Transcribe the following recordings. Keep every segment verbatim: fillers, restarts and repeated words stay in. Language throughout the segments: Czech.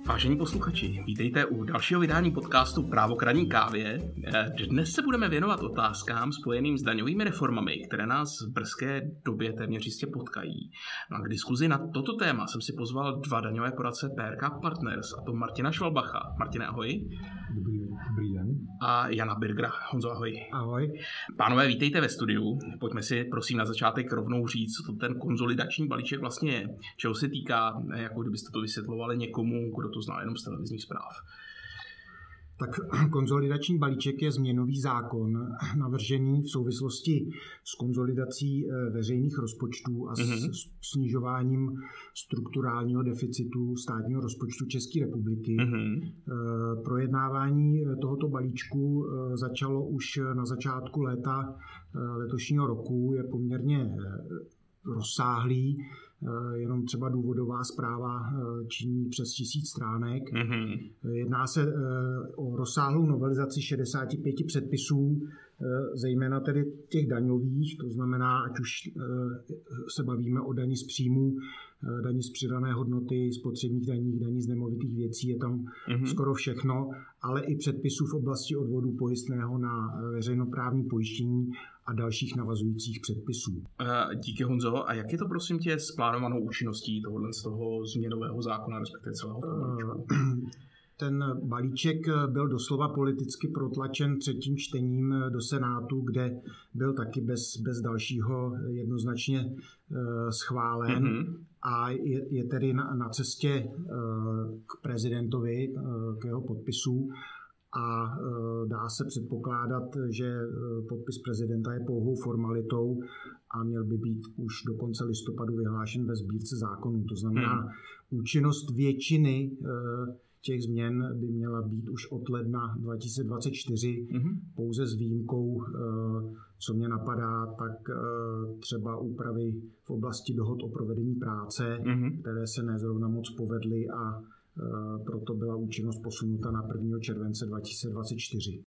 Vážení posluchači, vítejte u dalšího vydání podcastu Právo k ranní kávě. Dnes se budeme věnovat otázkám spojeným s daňovými reformami, které nás v brzké době téměř jistě potkají. No a k diskuzi na toto téma jsem si pozval dva daňové poradce P R K Partners, a to Martina Švalbacha. Martine, ahoj. Dobrý, dobrý den. A Jana Birgra. Honzo, ahoj. Ahoj. Pánové, vítejte ve studiu. Pojďme si prosím na začátek rovnou říct, co to ten konsolidační balíček vlastně je, čeho se týká, jako kdybyste to vysvětlovali někomu, kdo to zná jenom z televizních zpráv. Tak konsolidační balíček je změnový zákon navržený v souvislosti s konsolidací veřejných rozpočtů a mm-hmm. s snižováním strukturálního deficitu státního rozpočtu České republiky. Mm-hmm. Projednávání tohoto balíčku začalo už na začátku léta letošního roku, je poměrně rozsáhlý. Jenom třeba důvodová zpráva činí přes tisíc stránek. Mm-hmm. Jedná se o rozsáhlou novelizaci šedesáti pěti předpisů, zejména tedy těch daňových, to znamená, ať už se bavíme o dani z příjmů, daní z přidané hodnoty, spotřebních daních, daní z nemovitých věcí, je tam mm-hmm. skoro všechno, ale i předpisů v oblasti odvodu pojistného na veřejnoprávní pojištění a dalších navazujících předpisů. Díky, Honzo. A jak je to prosím tě s plánovanou účinností tohohle z toho změnového zákona, respektive celého toho balíčku? Ten balíček byl doslova politicky protlačen třetím čtením do Senátu, kde byl taky bez, bez dalšího jednoznačně schválen. Mm-hmm. A je, je tedy na, na cestě k prezidentovi, k jeho podpisu. A dá se předpokládat, že podpis prezidenta je pouhou formalitou a měl by být už do konce listopadu vyhlášen ve sbírce zákonů. To znamená, hmm. účinnost většiny těch změn by měla být už od ledna dva tisíce dvacet čtyři, hmm. pouze s výjimkou, co mě napadá, tak třeba úpravy v oblasti dohod o provedení práce, hmm. které se nezrovna moc povedly a proto byla účinnost posunuta na prvního července dva tisíce dvacet čtyři.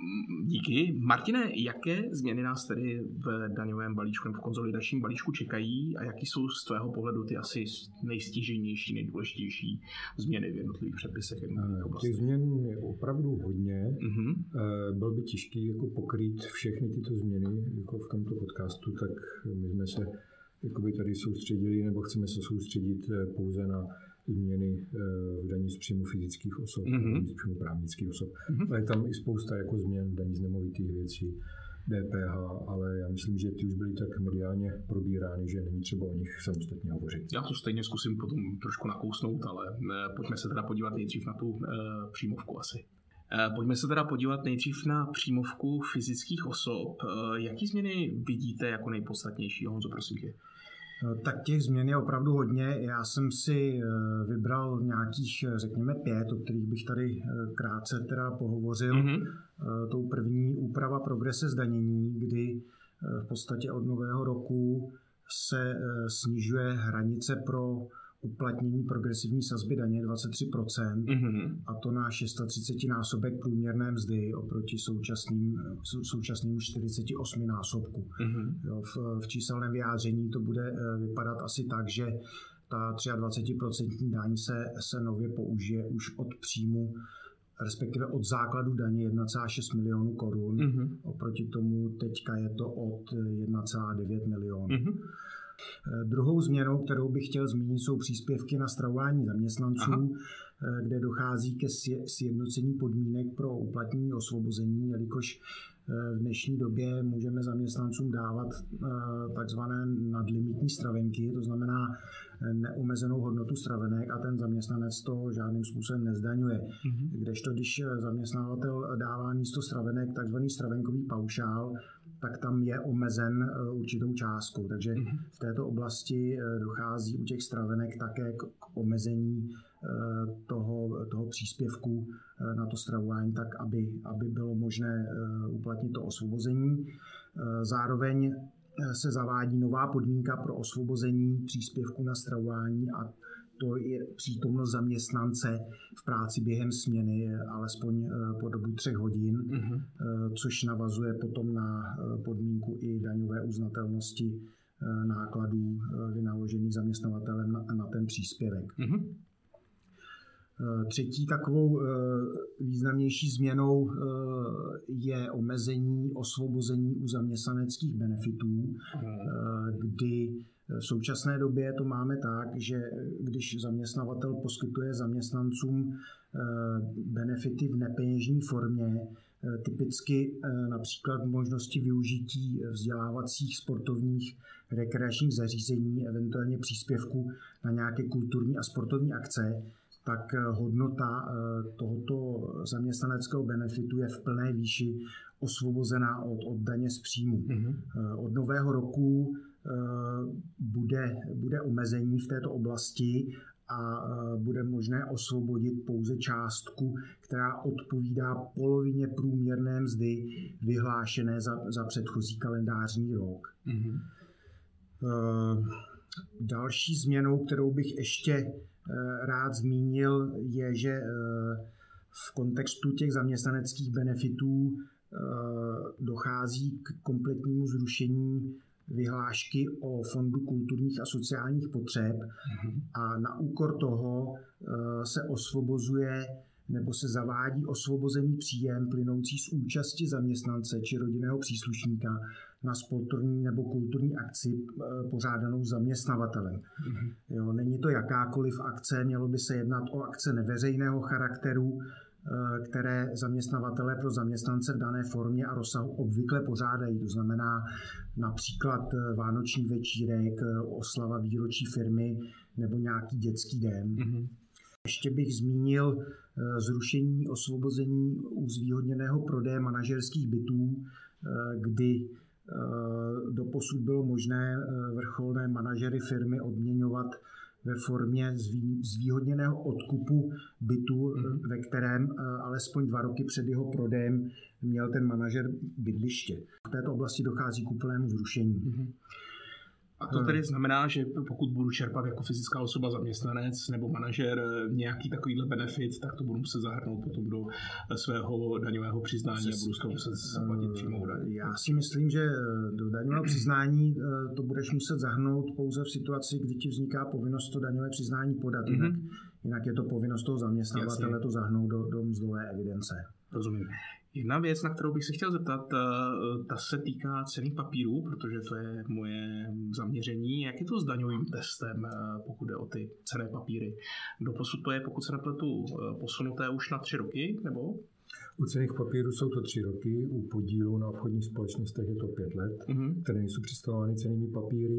Díky. Martine, jaké změny nás tedy v daňovém balíčku nebo v konsolidačním balíčku čekají a jaký jsou z tvého pohledu ty asi nejstěžejnější, nejdůležitější změny v jednotlivých předpisech? Těch změn je opravdu hodně. Mm-hmm. Bylo by těžké jako pokrýt všechny tyto změny jako v tomto podcastu, tak my jsme se jakoby tady soustředili nebo chceme se soustředit pouze na změny v daní z příjmu fyzických osob, mm-hmm. daní z příjmu právnických osob. Mm-hmm. Ale je tam i spousta jako změn v daní z nemovitých věcí, D P H, ale já myslím, že ty už byly tak mediálně probírány, že není třeba o nich samostatně hovořit. Já to stejně zkusím potom trošku nakousnout, ale pojďme se teda podívat nejdřív na tu uh, příjmovku asi. Uh, pojďme se teda podívat nejdřív na příjmovku fyzických osob. Uh, jaký změny vidíte jako nejpodstatnější, Honzo, prosím tě? Tak těch změn je opravdu hodně. Já jsem si vybral nějakých, řekněme, pět, o kterých bych tady krátce teda pohovořil. Mm-hmm. Tou první úprava progrese zdanění, kdy v podstatě od nového roku se snižuje hranice pro uplatnění progresivní sazby daně dvacet tři procent, mm-hmm. a to na třicet šest násobek průměrné mzdy oproti současným, současným čtyřicet osm násobku. Mm-hmm. Jo, v, v číselném vyjádření to bude vypadat asi tak, že ta dvacet tři procent daň se, se nově použije už od příjmu, respektive od základu daně jedna celá šest milionu korun. Mm-hmm. Oproti tomu teďka je to od jedna celá devět milionu. Mm-hmm. Druhou změnou, kterou bych chtěl zmínit, jsou příspěvky na stravování zaměstnanců, Aha. kde dochází ke sjednocení podmínek pro uplatnění osvobození, jelikož v dnešní době můžeme zaměstnancům dávat takzvané nadlimitní stravenky, to znamená neomezenou hodnotu stravenek a ten zaměstnanec to žádným způsobem nezdaňuje. Mm-hmm. Kdežto když zaměstnavatel dává místo stravenek takzvaný stravenkový paušál, tak tam je omezen určitou částkou. Takže mm-hmm. v této oblasti dochází u těch stravenek také k omezení toho, toho příspěvku na to stravování, tak aby, aby bylo možné uplatnit to osvobození. Zároveň se zavádí nová podmínka pro osvobození příspěvku na stravování a to je přítomnost zaměstnance v práci během směny, alespoň po dobu třech hodin, mm-hmm. což navazuje potom na podmínku i daňové uznatelnosti nákladů vynaložených zaměstnavatelem na, na ten příspěvek. Mm-hmm. Třetí takovou významnější změnou je omezení osvobození u zaměstnaneckých benefitů, kdy v současné době to máme tak, že když zaměstnavatel poskytuje zaměstnancům benefity v nepeněžní formě, typicky například možnosti využití vzdělávacích, sportovních, rekreačních zařízení, eventuálně příspěvku na nějaké kulturní a sportovní akce, tak hodnota tohoto zaměstnaneckého benefitu je v plné výši osvobozená od, od daně z příjmu. Mm-hmm. Od nového roku bude, bude omezení v této oblasti a bude možné osvobodit pouze částku, která odpovídá polovině průměrné mzdy vyhlášené za, za předchozí kalendářní rok. Mm-hmm. Další změnou, kterou bych ještě rád zmínil, je, že v kontextu těch zaměstnaneckých benefitů dochází k kompletnímu zrušení vyhlášky o Fondu kulturních a sociálních potřeb a na úkor toho se osvobozuje nebo se zavádí osvobozený příjem plynoucí z účasti zaměstnance či rodinného příslušníka na sportovní nebo kulturní akci pořádanou zaměstnavatelem. Mm-hmm. Jo, není to jakákoliv akce, mělo by se jednat o akce neveřejného charakteru, které zaměstnavatelé pro zaměstnance v dané formě a rozsahu obvykle pořádají. To znamená například vánoční večírek, oslava výročí firmy nebo nějaký dětský den. Mm-hmm. Ještě bych zmínil zrušení osvobození u zvýhodněného prodeje manažerských bytů, kdy doposud bylo možné vrcholné manažery firmy odměňovat ve formě zvýhodněného odkupu bytu, mm-hmm. ve kterém alespoň dva roky před jeho prodejem měl ten manažer bydliště. V této oblasti dochází k úplnému zrušení. Mm-hmm. A to tedy znamená, že pokud budu čerpat jako fyzická osoba, zaměstnanec nebo manažer nějaký takovýhle benefit, tak to budu muset zahrnout potom do svého daňového přiznání a budu z toho muset zaplatit přímou daň. Já si myslím, že do daňového přiznání to budeš muset zahrnout pouze v situaci, kdy ti vzniká povinnost to daňové přiznání podat. Mm-hmm. Jinak, jinak je to povinnost toho zaměstnavatele Jasně. to zahrnout do, do mzdové evidence. Rozumím. Jedna věc, na kterou bych se chtěl zeptat, ta se týká cenných papírů, protože to je moje zaměření. Jak je to s daňovým testem, pokud jde o ty cenné papíry? Doposud to je, pokud se nepletu, posunuté už na tři roky, nebo? U cenných papírů jsou to tři roky, u podílu na obchodních společnostech je to pět let, mm-hmm. které nejsou představovány cennými papíry.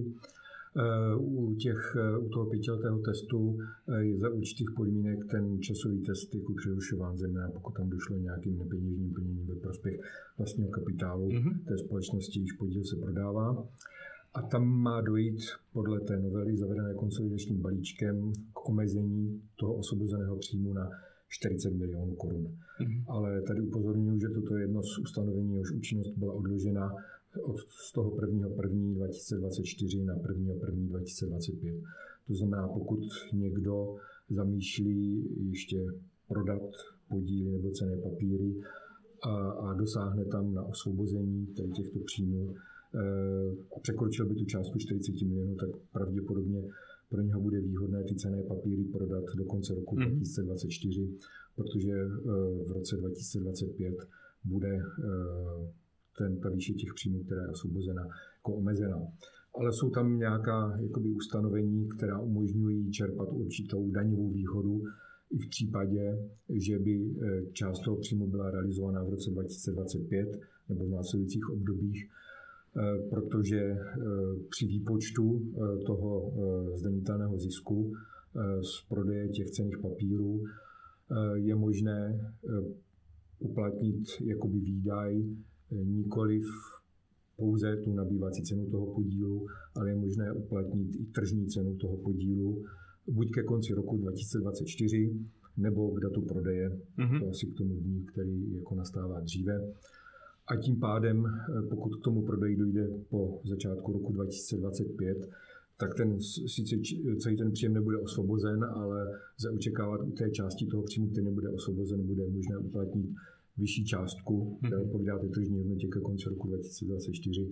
U, těch, u toho pětiletého testu je za určitých podmínek ten časový test jako přerušován, zejména pokud tam došlo nějakým nepeněžním plněním ve prospěch vlastního kapitálu mm-hmm. té společnosti, již podíl se prodává. A tam má dojít podle té novely zavedené konsolidačním balíčkem k omezení toho osvobozeného příjmu na čtyřicet milionů korun. Mm-hmm. Ale tady upozorňuji, že toto je jedno z ustanovení, jehož účinnost byla odložena od z toho prvního prvního dva tisíce dvacet čtyři na prvního prvního dva tisíce dvacet pět. To znamená, pokud někdo zamýšlí ještě prodat podíly nebo cenné papíry a, a dosáhne tam na osvobození těchto příjmů a překročil by tu částku čtyřicet milionů, tak pravděpodobně pro něho bude výhodné ty cenné papíry prodat do konce roku mm. dva tisíce dvacet čtyři, protože v roce dva tisíce dvacet pět bude ten, ta výše těch příjmů, která je osvobozena, jako omezená. Ale jsou tam nějaká jakoby, ustanovení, která umožňují čerpat určitou daňovou výhodu i v případě, že by část toho příjmu byla realizovaná v roce dva tisíce dvacet pět nebo v následujících obdobích, protože při výpočtu toho zdanitelného zisku z prodeje těch cenných papírů je možné uplatnit jakoby výdaj nikoliv pouze tu nabývací cenu toho podílu, ale je možné uplatnit i tržní cenu toho podílu buď ke konci roku dva tisíce dvacet čtyři nebo k datu prodeje, mm-hmm. to asi k tomu dní, který jako nastává dříve. A tím pádem, pokud k tomu prodeji dojde po začátku roku dva tisíce dvacet pět, tak ten, sice celý ten příjem nebude osvobozen, ale lze očekávat u té části toho příjmu, který nebude osvobozen, bude možné uplatnit vyšší částku, která odpovídá té tržní hodnotě ke konci roku dva tisíce dvacet čtyři,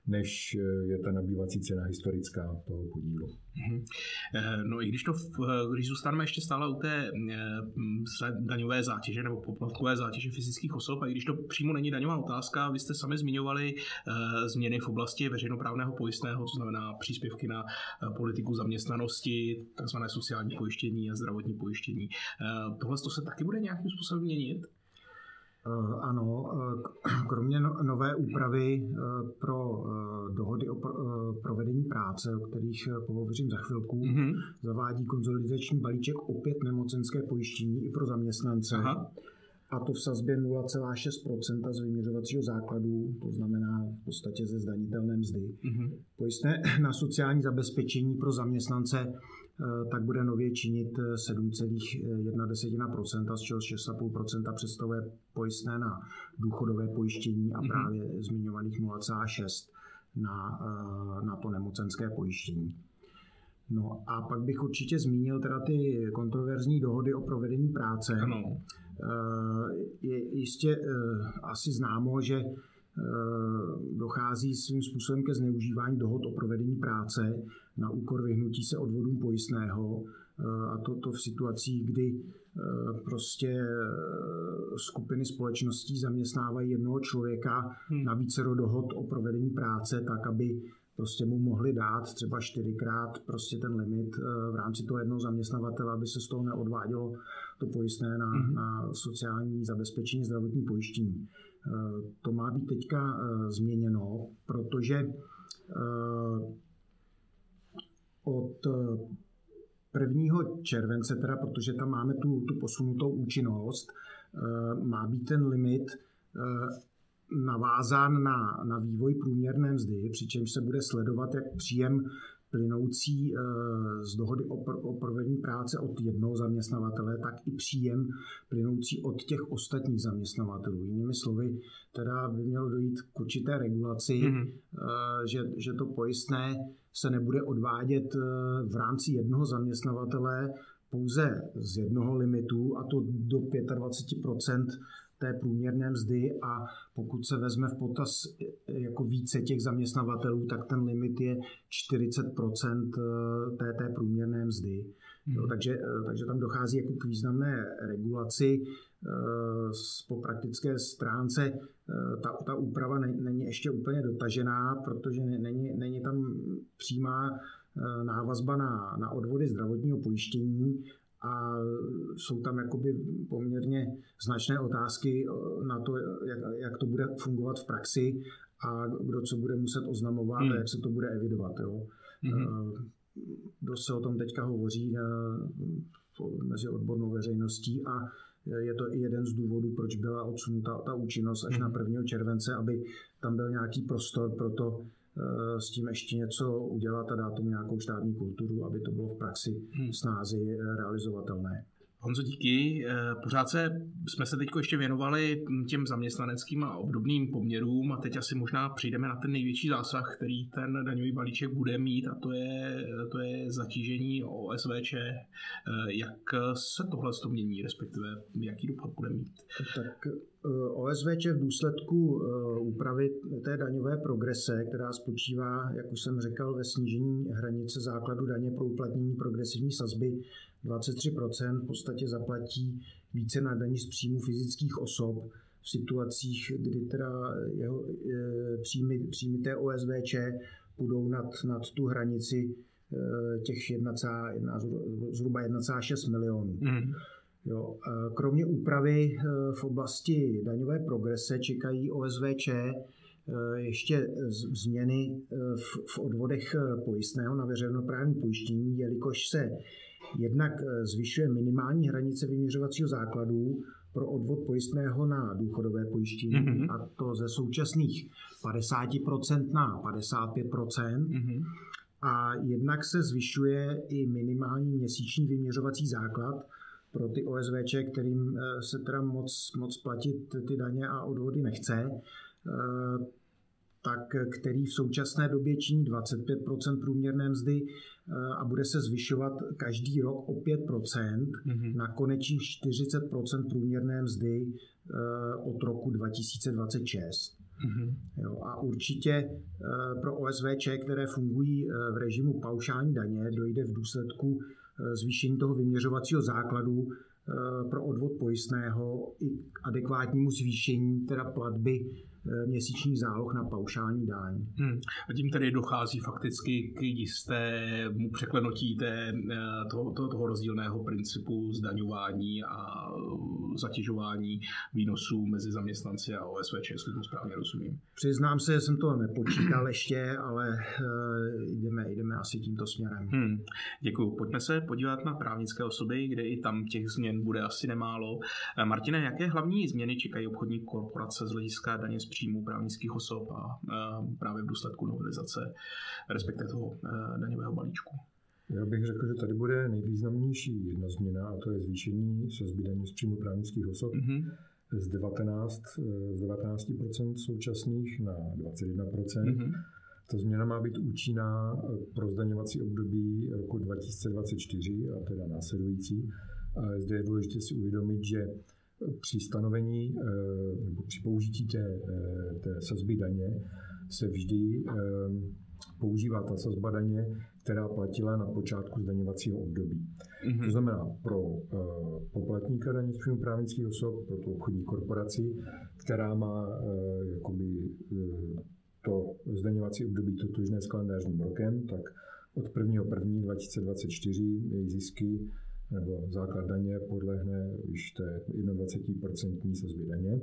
než je ta nabývací cena historická toho podílu. No i když to, když zůstaneme ještě stále u té daňové zátěže nebo poplatkové zátěže fyzických osob, a i když to přímo není daňová otázka, vy jste sami zmiňovali změny v oblasti veřejnoprávného pojistného, to znamená příspěvky na politiku zaměstnanosti, takzvané sociální pojištění a zdravotní pojištění. Tohle to se taky bude nějakým způsobem měnit? Ano, kromě nové úpravy pro dohody o provedení práce, o kterých pohovořím za chvilku, mm-hmm. zavádí konsolidační balíček opět nemocenské pojištění i pro zaměstnance. Aha. A to v sazbě nula celá šest procenta z vyměřovacího základu, to znamená v podstatě ze zdanitelné mzdy. Mm-hmm. Pojistné na sociální zabezpečení pro zaměstnance tak bude nově činit sedm celá jedna procenta, z čehož šest celá pět procenta představuje pojistné na důchodové pojištění a právě mm-hmm. zmiňovaných nula celá šest na, na to nemocenské pojištění. No a pak bych určitě zmínil teda ty kontroverzní dohody o provedení práce. Ano. Je jistě asi známo, že dochází svým způsobem ke zneužívání dohod o provedení práce na úkor vyhnutí se odvodům pojistného, a to, to v situacích, kdy prostě skupiny společností zaměstnávají jednoho člověka na vícero dohod o provedení práce, tak aby prostě mu mohli dát třeba čtyřikrát prostě ten limit v rámci toho jednoho zaměstnavatele, aby se z toho neodvádělo to pojistné na, mm-hmm. na sociální zabezpečení, zdravotní pojištění. To má být teďka změněno, protože od prvního července, teda, protože tam máme tu, tu posunutou účinnost, má být ten limit navázán na, na vývoj průměrné mzdy, přičemž se bude sledovat jak příjem plynoucí z dohody o provedení práce od jednoho zaměstnavatele, tak i příjem plynoucí od těch ostatních zaměstnavatelů. Jinými slovy, teda by mělo dojít k určité regulaci, mm-hmm. že, že to pojistné se nebude odvádět v rámci jednoho zaměstnavatele pouze z jednoho limitu, a to do dvacet pět procent té průměrné mzdy, a pokud se vezme v potaz jako více těch zaměstnavatelů, tak ten limit je čtyřicet procent té, té průměrné mzdy. Mm. Jo, takže, takže tam dochází jako k významné regulaci. Po praktické stránce ta, ta úprava není ještě úplně dotažená, protože není, není tam přímá návazba na, na odvody zdravotního pojištění, a jsou tam jakoby poměrně značné otázky na to, jak, jak to bude fungovat v praxi a kdo co bude muset oznamovat hmm. a jak se to bude evidovat. Jo. Hmm. Dost se o tom teďka hovoří mezi odbornou veřejností a je to i jeden z důvodů, proč byla odsunuta ta účinnost až hmm. na prvního července, aby tam byl nějaký prostor pro to s tím ještě něco udělat a dát tomu nějakou štábní kulturu, aby to bylo v praxi hmm. snázi realizovatelné. Honzo, díky. Pořád se, jsme se teď ještě věnovali těm zaměstnaneckým a obdobným poměrům a teď asi možná přijdeme na ten největší zásah, který ten daňový balíček bude mít, a to je, to je zatížení O S V Č. Jak se tohle mění, respektive jaký dopad bude mít? Tak O S V Č v důsledku úpravy té daňové progrese, která spočívá, jak už jsem řekl, ve snížení hranice základu daně pro uplatnění progresivní sazby dvacet tři procent, v podstatě zaplatí více na daní z příjmu fyzických osob v situacích, kdy teda jeho příjmy, příjmy té O S V Č půjdou nad, nad tu hranici těch jedna, zhruba jedna celá šest milionů. Mm. Jo. Kromě úpravy v oblasti daňové progrese čekají O S V Č ještě změny v odvodech pojistného na veřejnoprávní pojištění, jelikož se jednak zvyšuje minimální hranice vyměřovacího základu pro odvod pojistného na důchodové pojištění, mm-hmm. a to ze současných padesát procent na padesát pět procent. Mm-hmm. A jednak se zvyšuje i minimální měsíční vyměřovací základ pro ty O S V Č, kterým se teda moc, moc platit ty daně a odvody nechce, tak který v současné době činí dvacet pět procent průměrné mzdy a bude se zvyšovat každý rok o pět procent mm-hmm. na konečných čtyřicet procent průměrné mzdy od roku dva tisíce dvacet šest. Mm-hmm. Jo, a určitě pro O S V Č, které fungují v režimu paušální daně, dojde v důsledku zvýšení toho vyměřovacího základu pro odvod pojistného i k adekvátnímu zvýšení teda platby měsíčních záloh na paušální daň. Hmm. A tím tedy dochází fakticky k jistému překlenutí té, toho, toho, toho rozdílného principu zdaňování a zatěžování výnosů mezi zaměstnanci a O S V Č, jestli to správně rozumím. Přiznám se, že jsem to nepočítal ještě, ale uh, jdeme, jdeme asi tímto směrem. Hmm. Děkuju. Pojďme se podívat na právnické osoby, kde i tam těch změn bude asi nemálo. Martine, jaké hlavní změny čekají obchodní korporace z hlediska daně z příjmů právnických osob a právě v důsledku novelizace, respektive toho daňového balíčku? Já bych řekl, že tady bude nejvýznamnější jedna změna, a to je zvýšení sazby daně z příjmu právnických osob mm-hmm. z devatenáct procent současných na dvacet jedna procent. Mm-hmm. Ta změna má být účinná pro zdaňovací období roku dva tisíce dvacet čtyři a teda následující. A zde je důležité si uvědomit, že při stanovení nebo při použití té, té sazby daně se vždy používá ta sazba daně, která platila na počátku zdaňovacího období. Mm-hmm. To znamená pro poplatníka daně z příjmu právnických osob, pro tu obchodní korporaci, která má jakoby to zdaňovací období totožné s kalendářním rokem, tak od prvního prvního dva tisíce dvacet čtyři její zisky nebo základ daně podlehne již té dvacet jedna procent sazbě daně.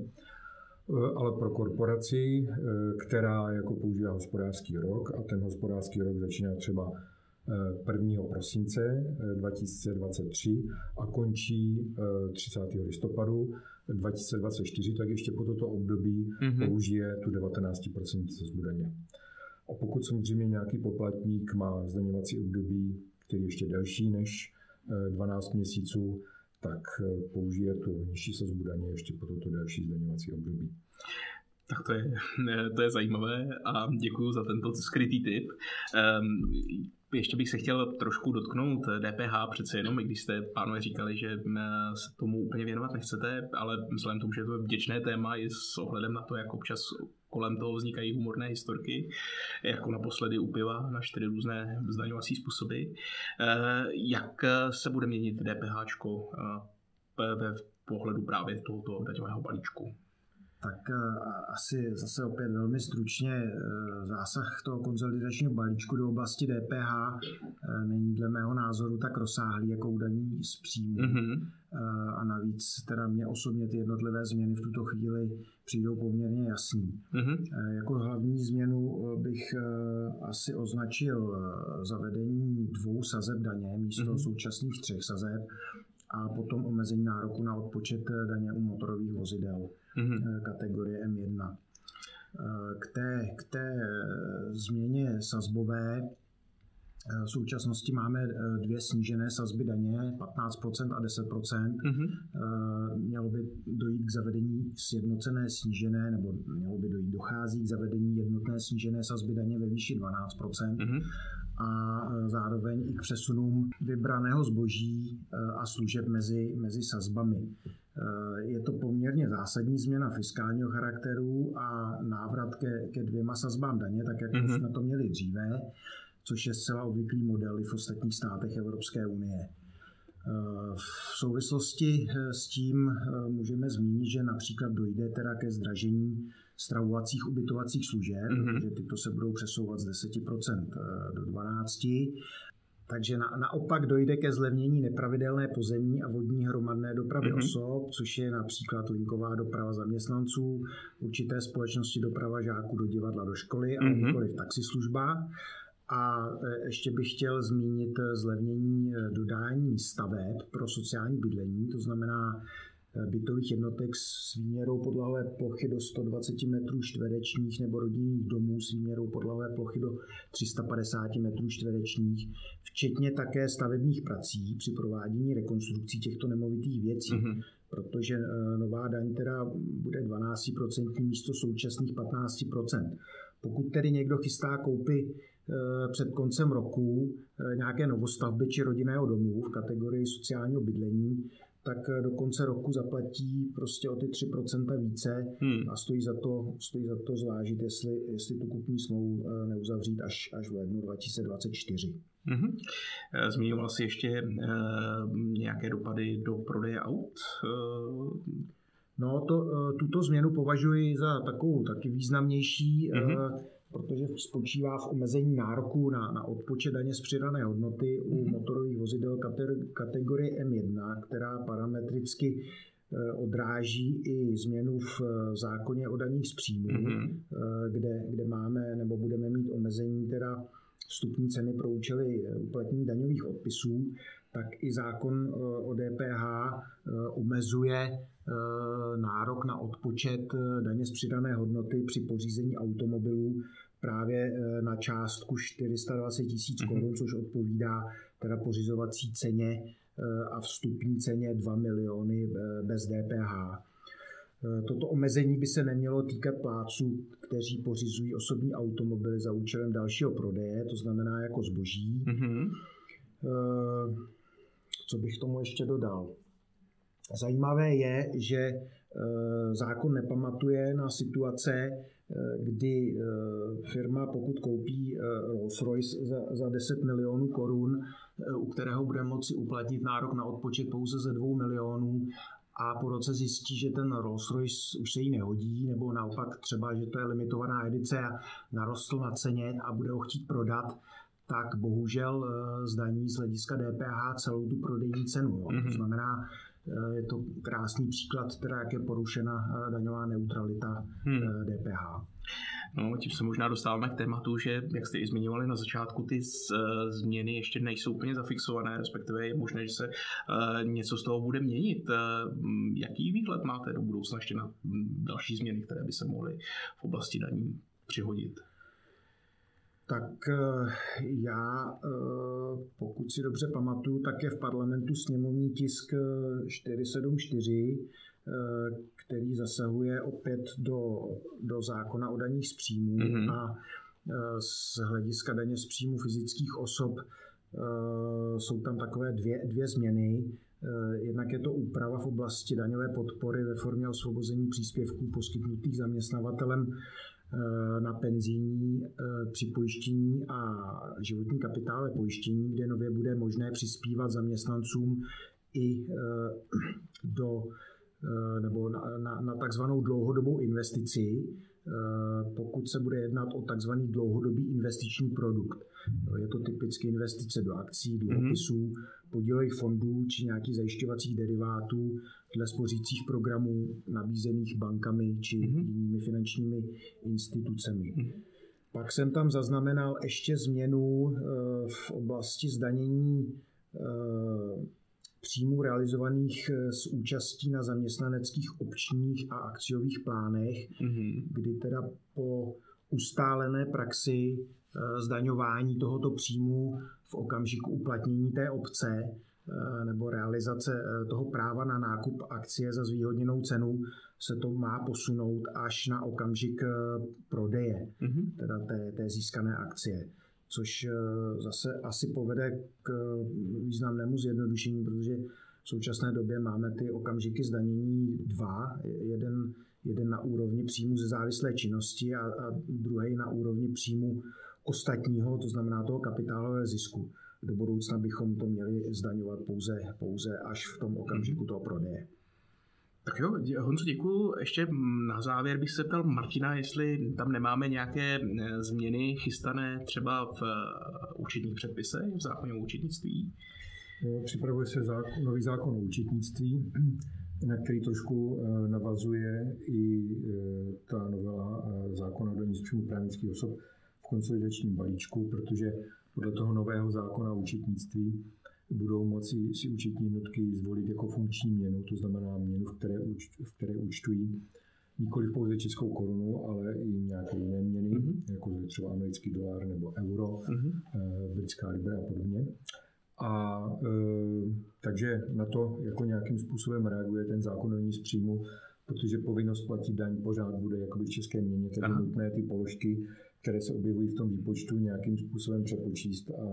Ale pro korporaci, která jako používá hospodářský rok, a ten hospodářský rok začíná třeba prvního prosince dva tisíce dvacet tři a končí třicátého listopadu dva tisíce dvacet čtyři, tak ještě po toto období mm-hmm. použije tu devatenáct procent sazbu daně. A pokud samozřejmě nějaký poplatník má zdaňovací období, který ještě delší než dvanáct měsíců, tak použije tu nižší sazbu daně ještě po toto další zdaňovací období. Tak to je, to je zajímavé a děkuji za tento skrytý tip. Um, ještě bych se chtěl trošku dotknout D P H, přece jenom, i když jste, pánové, říkali, že se tomu úplně věnovat nechcete, ale vzhledem tomu, že je to vděčné téma i s ohledem na to, jak občas kolem toho vznikají humorné historky, jako naposledy u piva na čtyři různé zdaňovací způsoby. Jak se bude měnit DPHčko ve pohledu právě tohoto daňového balíčku? Tak asi zase opět velmi stručně zásah toho konsolidačního balíčku do oblasti D P H není dle mého názoru tak rozsáhlý jako u daní z příjmu. Mm-hmm. A navíc teda mě osobně ty jednotlivé změny v tuto chvíli přijdou poměrně jasný. Mm-hmm. Jako hlavní změnu bych asi označil zavedení dvou sazeb daně místo mm-hmm. současných třech sazeb a potom omezení nároku na odpočet daně u motorových vozidel mm-hmm. kategorie M jedna. K té, k té změně sazbové v současnosti máme dvě snížené sazby daně, patnáct procent a deset procent. Mm-hmm. Mělo by dojít k zavedení sjednocené snížené, nebo mělo by dojít, dochází k zavedení jednotné snížené sazby daně ve výši dvanáct procent. Mm-hmm. A zároveň i k přesunům vybraného zboží a služeb mezi, mezi sazbami. Je to poměrně zásadní změna fiskálního charakteru a návrat ke, ke dvěma sazbám daně, tak jak mm-hmm. už jsme to měli dříve, což je zcela obvyklý model i v ostatních státech Evropské unie. V souvislosti s tím můžeme zmínit, že například dojde teda ke zdražení stravovacích ubytovacích služeb, mm-hmm. protože tyto se budou přesouvat z deset procent do dvanáct procent. Takže na, naopak dojde ke zlevnění nepravidelné pozemní a vodní hromadné dopravy mm-hmm. osob, což je například linková doprava zaměstnanců, určité společnosti doprava žáků do divadla, do školy, ale mm-hmm. nikoliv taxislužba. A ještě bych chtěl zmínit zlevnění dodání staveb pro sociální bydlení, to znamená bytových jednotek s výměrou podlahové plochy do sto dvacet metrů čtverečních nebo rodinných domů s výměrou podlahové plochy do tři sta padesát metrů čtverečních, včetně také stavebních prací při provádění rekonstrukcí těchto nemovitých věcí, mm-hmm. protože nová daň teda bude dvanáct procent místo současných patnáct procent. Pokud tedy někdo chystá koupy před koncem roku nějaké novostavby či rodinného domu v kategorii sociálního bydlení, tak do konce roku zaplatí prostě o ty tři procenta více hmm. a stojí za to, stojí za to zvážit, jestli, jestli tu kupní smlouvu neuzavřít až, až v lednu dva tisíce dvacet čtyři. Mm-hmm. Zmiňoval jsi ještě uh, nějaké dopady do prodeje aut? Uh... No, to, tuto změnu považuji za takovou taky významnější, mm-hmm. protože spočívá v omezení nároku na, na odpočet daně z přidané hodnoty u mm-hmm. motorových vozidel kategorie M jedna, která parametricky odráží i změnu v zákoně o daních z příjmů, mm-hmm. kde, kde máme nebo budeme mít omezení teda vstupní ceny pro účely uplatnění daňových odpisů, tak i zákon o D P H omezuje nárok na odpočet daně z přidané hodnoty při pořízení automobilů právě na částku čtyři sta dvacet tisíc korun, což odpovídá teda pořizovací ceně a vstupní ceně dva miliony bez D P H. Toto omezení by se nemělo týkat plátců, kteří pořizují osobní automobily za účelem dalšího prodeje, to znamená jako zboží. Mm-hmm. Co bych tomu ještě dodal? Zajímavé je, že zákon nepamatuje na situace, kdy firma, pokud koupí Rolls-Royce za, za deset milionů korun, u kterého bude moci uplatnit nárok na odpočet pouze ze dvou milionů, a po roce zjistí, že ten Rolls-Royce už se jí nehodí, nebo naopak třeba, že to je limitovaná edice a narostl na ceně a bude ho chtít prodat, tak bohužel zdaní z hlediska D P H celou tu prodejní cenu. Jo. Mm-hmm. To znamená, je to krásný příklad, teda jak je porušena daňová neutralita hmm. D P H. No, tím se možná dostáváme k tématu, že, jak jste i zmiňovali na začátku, ty z, změny ještě nejsou úplně zafixované, respektive je možné, že se uh, něco z toho bude měnit. Uh, jaký výhled máte do budoucna ještě na další změny, které by se mohly v oblasti daní přihodit? Tak já, pokud si dobře pamatuju, tak je v parlamentu sněmovní tisk čtyři set sedmdesát čtyři, který zasahuje opět do, do zákona o daních z příjmů mm-hmm. a z hlediska daně z příjmu fyzických osob jsou tam takové dvě, dvě změny. Jednak je to úprava v oblasti daňové podpory ve formě osvobození příspěvků poskytnutých zaměstnavatelem na penzijní připojištění a životní kapitálové pojištění, kde nově bude možné přispívat zaměstnancům i do nebo na, na, na takzvanou dlouhodobou investici, pokud se bude jednat o takzvaný dlouhodobý investiční produkt. Je to typicky investice do akcí, dluhopisů, podílových fondů či nějakých zajišťovacích derivátů dle spořících programů nabízených bankami či mm-hmm. jinými finančními institucemi. Mm-hmm. Pak jsem tam zaznamenal ještě změnu v oblasti zdanění příjmů realizovaných s účastí na zaměstnaneckých opčních a akciových plánech, mm-hmm. kdy teda po ustálené praxi zdaňování tohoto příjmu v okamžiku uplatnění té opce nebo realizace toho práva na nákup akcie za zvýhodněnou cenu se to má posunout až na okamžik prodeje, mm-hmm. teda té, té získané akcie. Což zase asi povede k významnému zjednodušení, protože v současné době máme ty okamžiky zdanění dva. Jeden, jeden na úrovni příjmu ze závislé činnosti a, a druhý na úrovni příjmu ostatního, to znamená toho kapitálového zisku. Do budoucna bychom to měli zdaňovat pouze, pouze až v tom okamžiku toho prodeje. Tak jo, Honzo, děkuju. Ještě na závěr bych se ptal Martina, jestli tam nemáme nějaké změny chystané třeba v účetních předpisech, v zákoně o účetnictví. Připravuje se zákon, nový zákon o účetnictví, na který trošku navazuje i ta novela zákona o daní z příjmu právnických osob v konsolidačním balíčku, protože podle toho nového zákona o účetnictví budou moci si účetní jednotky zvolit jako funkční měnu, to znamená měnu, v které, v které účtují nikoli pouze českou korunu, ale i nějaké jiné měny, mm-hmm. jako třeba americký dolar nebo euro, mm-hmm. britská libra a podobně. A e, takže na to jako nějakým způsobem reaguje ten zákon o daní z příjmu, protože povinnost platit daň pořád bude jakoby v české měně, tedy nutné ty položky, které se objevují v tom výpočtu, nějakým způsobem přepočíst a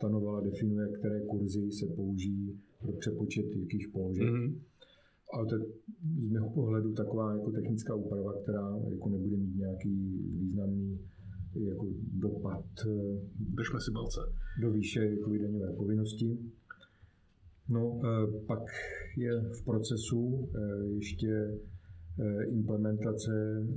stanovala, definuje, které kurzy se použijí pro přepočet jakých položek. Mm-hmm. Ale to je z mého pohledu taková jako technická úprava, která jako nebude mít nějaký významný jako dopad Držme si balce. do výše jako daňové povinnosti. No, pak je v procesu ještě implementace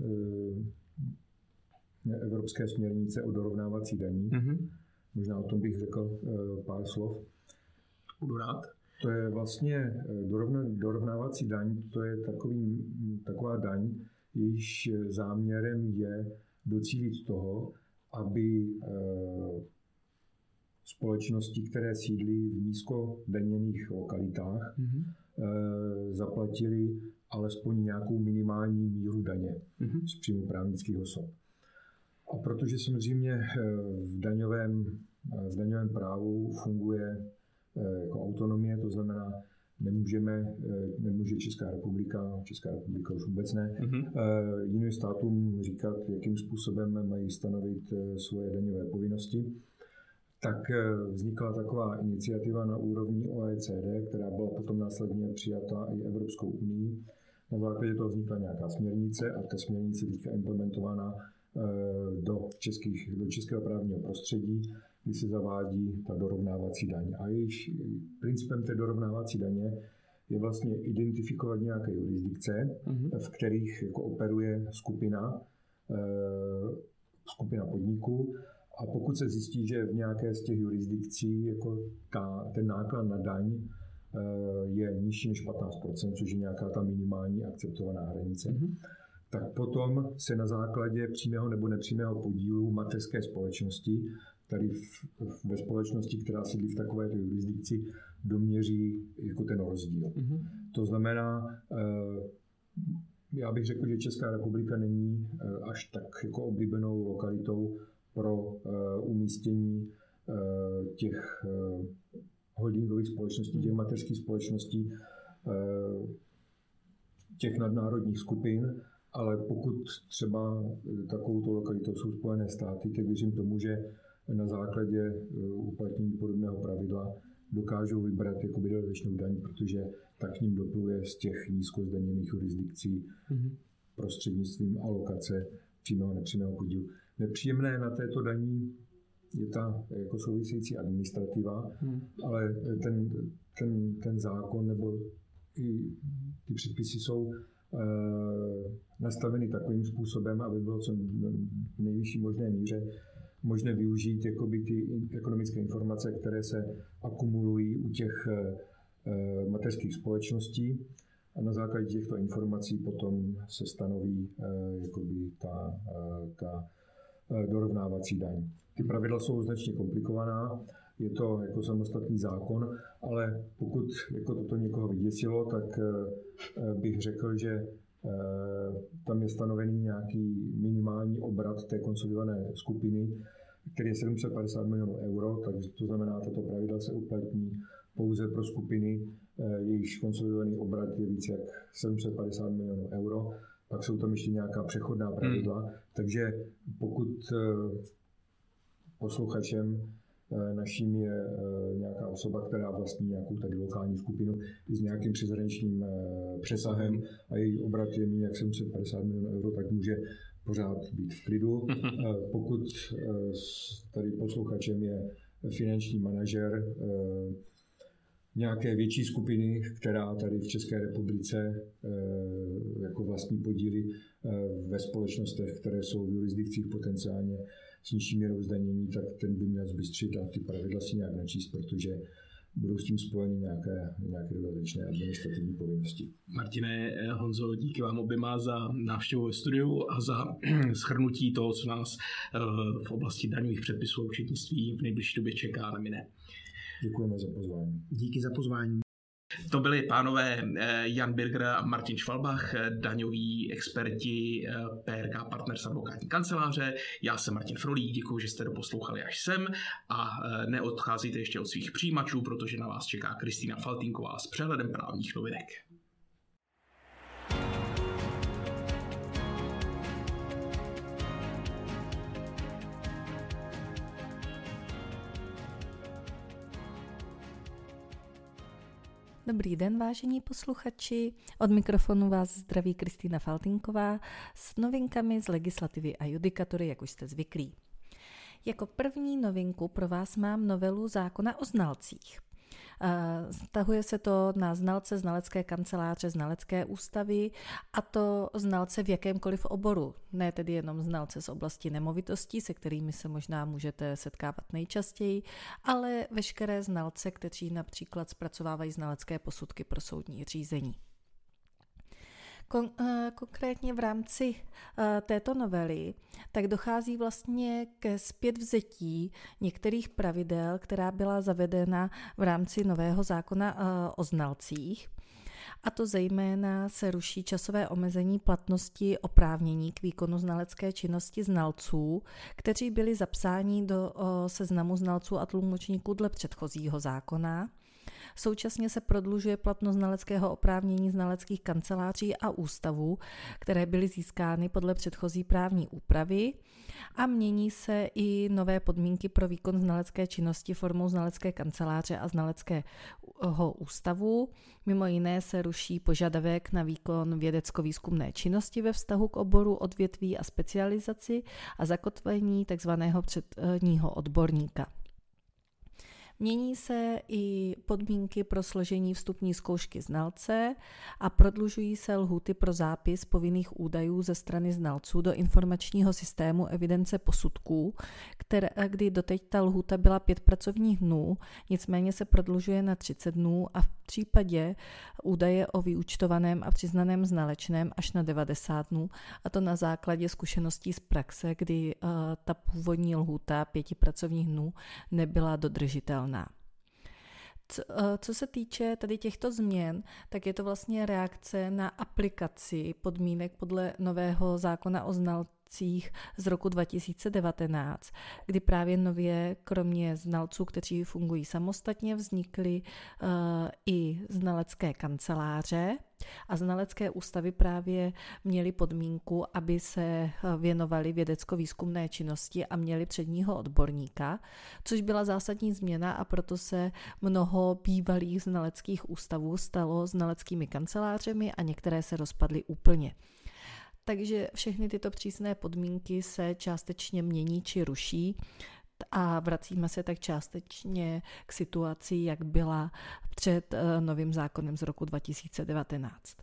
evropské směrnice o dorovnávací daní. Mm-hmm. Možná o tom bych řekl pár slov. Budu rád. To je vlastně dorovnávací daň, to je takový, taková daň, jejíž záměrem je docílit toho, aby společnosti, které sídlí v nízkodaněných lokalitách, mm-hmm. zaplatili alespoň nějakou minimální míru daně mm-hmm. z příjmu právnických osob. A protože samozřejmě v daňovém, v daňovém právu funguje jako autonomie, to znamená, nemůžeme, nemůže Česká republika, Česká republika už vůbec ne, mm-hmm. jiným státům říkat, jakým způsobem mají stanovit svoje daňové povinnosti, tak vznikla taková iniciativa na úrovni O E C D, která byla potom následně přijata i Evropskou unii. Na základě toho vznikla nějaká směrnice a ta směrnice je implementována do, českých, do českého právního prostředí, kdy se zavádí ta dorovnávací daň. A jejíž principem té dorovnávací daně je vlastně identifikovat nějaké jurisdikce, mm-hmm. v kterých jako operuje skupina, skupina podniků. A pokud se zjistí, že v nějaké z těch jurisdikcí jako ta, ten náklad na daň je nižší než patnáct procent, což je nějaká ta minimální akceptovaná hranice, mm-hmm. tak potom se na základě přímého nebo nepřímého podílu mateřské společnosti, tady v, ve společnosti, která sídlí v takovéto jurisdikci, doměří jako ten rozdíl. Mm-hmm. To znamená, já bych řekl, že Česká republika není až tak jako oblíbenou lokalitou pro umístění těch holdingových společností, těch mateřských společností, těch nadnárodních skupin, ale pokud třeba takovouto lokalitou jsou Spojené státy, tak věřím tomu, že na základě uplatnění podobného pravidla dokážou vybrat jakoby dodatečnou daň, protože tak k ním dopluje z těch nízkozdaněných jurisdikcí mm-hmm. prostřednictvím alokace přímého a nepřímého podílu. Nepříjemné na této daní je ta jako související administrativa, mm. ale ten, ten, ten zákon nebo i ty předpisy jsou e, nastaveny takovým způsobem, aby bylo co v nejvyšší možné míře možné využít jakoby ty ekonomické informace, které se akumulují u těch e, mateřských společností. A na základě těchto informací potom se stanoví e, jakoby ta, e, ta e, dorovnávací daň. Ty pravidla jsou značně komplikovaná, je to jako samostatný zákon, ale pokud jako toto někoho vyděsilo, tak e, bych řekl, že e, tam je stanovený nějaký minimální obrat té konsolidované skupiny, který je sedm set padesát milionů euro, takže to znamená, tato pravidla se uplatní pouze pro skupiny, jejichž konsolidovaný obrat je více jak sedm set padesát milionů euro. Pak jsou tam ještě nějaká přechodná pravidla, hmm. takže pokud posluchačem naším je nějaká osoba, která vlastní nějakou tady lokální skupinu s nějakým přeshraničním přesahem a její obrat je méně jak sedm set padesát milionů euro, tak může pořád být v klidu. Pokud tady posluchačem je finanční manažer nějaké větší skupiny, která tady v České republice jako vlastní podíly ve společnostech, které jsou v jurisdikcích potenciálně s nižší měrou zdanění, tak ten by měl zbystřit a ty pravidla si nějak načíst, protože budou s tím spojeny nějaké, nějaké dodatečné administrativní povinnosti. Martine, Honzo, díky vám oběma za návštěvu ve studiu a za shrnutí toho, co nás v oblasti daňových předpisů a účetnictví v nejbližší době čeká na mine. Děkujeme za pozvání. Díky za pozvání. To byli pánové Jan Birger a Martin Švalbach, daňoví experti P R K Partners advokátní kanceláře. Já jsem Martin Frolík, děkuji, že jste doposlouchali až sem a neodcházíte ještě od svých přijímačů, protože na vás čeká Kristýna Faltýnková s přehledem právních novinek. Dobrý den, vážení posluchači. Od mikrofonu vás zdraví Kristýna Faltýnková s novinkami z legislativy a judikatury, jak už jste zvyklí. Jako první novinku pro vás mám novelu zákona o znalcích. Vztahuje se to na znalce, znalecké kanceláře, znalecké ústavy, a to znalce v jakémkoliv oboru. Ne tedy jenom znalce z oblasti nemovitostí, se kterými se možná můžete setkávat nejčastěji, ale veškeré znalce, kteří například zpracovávají znalecké posudky pro soudní řízení. Kon, konkrétně v rámci této novely tak dochází vlastně ke zpětvzetí některých pravidel, která byla zavedena v rámci nového zákona o znalcích. A to zejména se ruší časové omezení platnosti oprávnění k výkonu znalecké činnosti znalců, kteří byli zapsáni do seznamu znalců a tlumočníků dle předchozího zákona. Současně se prodlužuje platnost znaleckého oprávnění znaleckých kanceláří a ústavů, které byly získány podle předchozí právní úpravy, a mění se i nové podmínky pro výkon znalecké činnosti formou znalecké kanceláře a znaleckého ústavu. Mimo jiné se ruší požadavek na výkon vědecko-výzkumné činnosti ve vztahu k oboru, odvětví a specializaci a zakotvení tzv. Předního odborníka. Mění se i podmínky pro složení vstupní zkoušky znalce a prodlužují se lhůty pro zápis povinných údajů ze strany znalců do informačního systému evidence posudků, které, kdy doteď ta lhůta byla pět pracovních dnů, nicméně se prodlužuje na třicet dnů a v případě údaje o vyúčtovaném a přiznaném znalečném až na devadesát dnů, a to na základě zkušeností z praxe, kdy uh, ta původní lhůta pěti pracovních dnů nebyla dodržitelná. Co, co se týče tady těchto změn, tak je to vlastně reakce na aplikaci podmínek podle nového zákona o znalcích z roku dva tisíce devatenáct, kdy právě nově kromě znalců, kteří fungují samostatně, vznikly uh, i znalecké kanceláře, a znalecké ústavy právě měly podmínku, aby se věnovali vědecko-výzkumné činnosti a měli předního odborníka, což byla zásadní změna, a proto se mnoho bývalých znaleckých ústavů stalo znaleckými kancelářemi a některé se rozpadly úplně. Takže všechny tyto přísné podmínky se částečně mění či ruší a vracíme se tak částečně k situaci, jak byla před novým zákonem z roku dva tisíce devatenáct.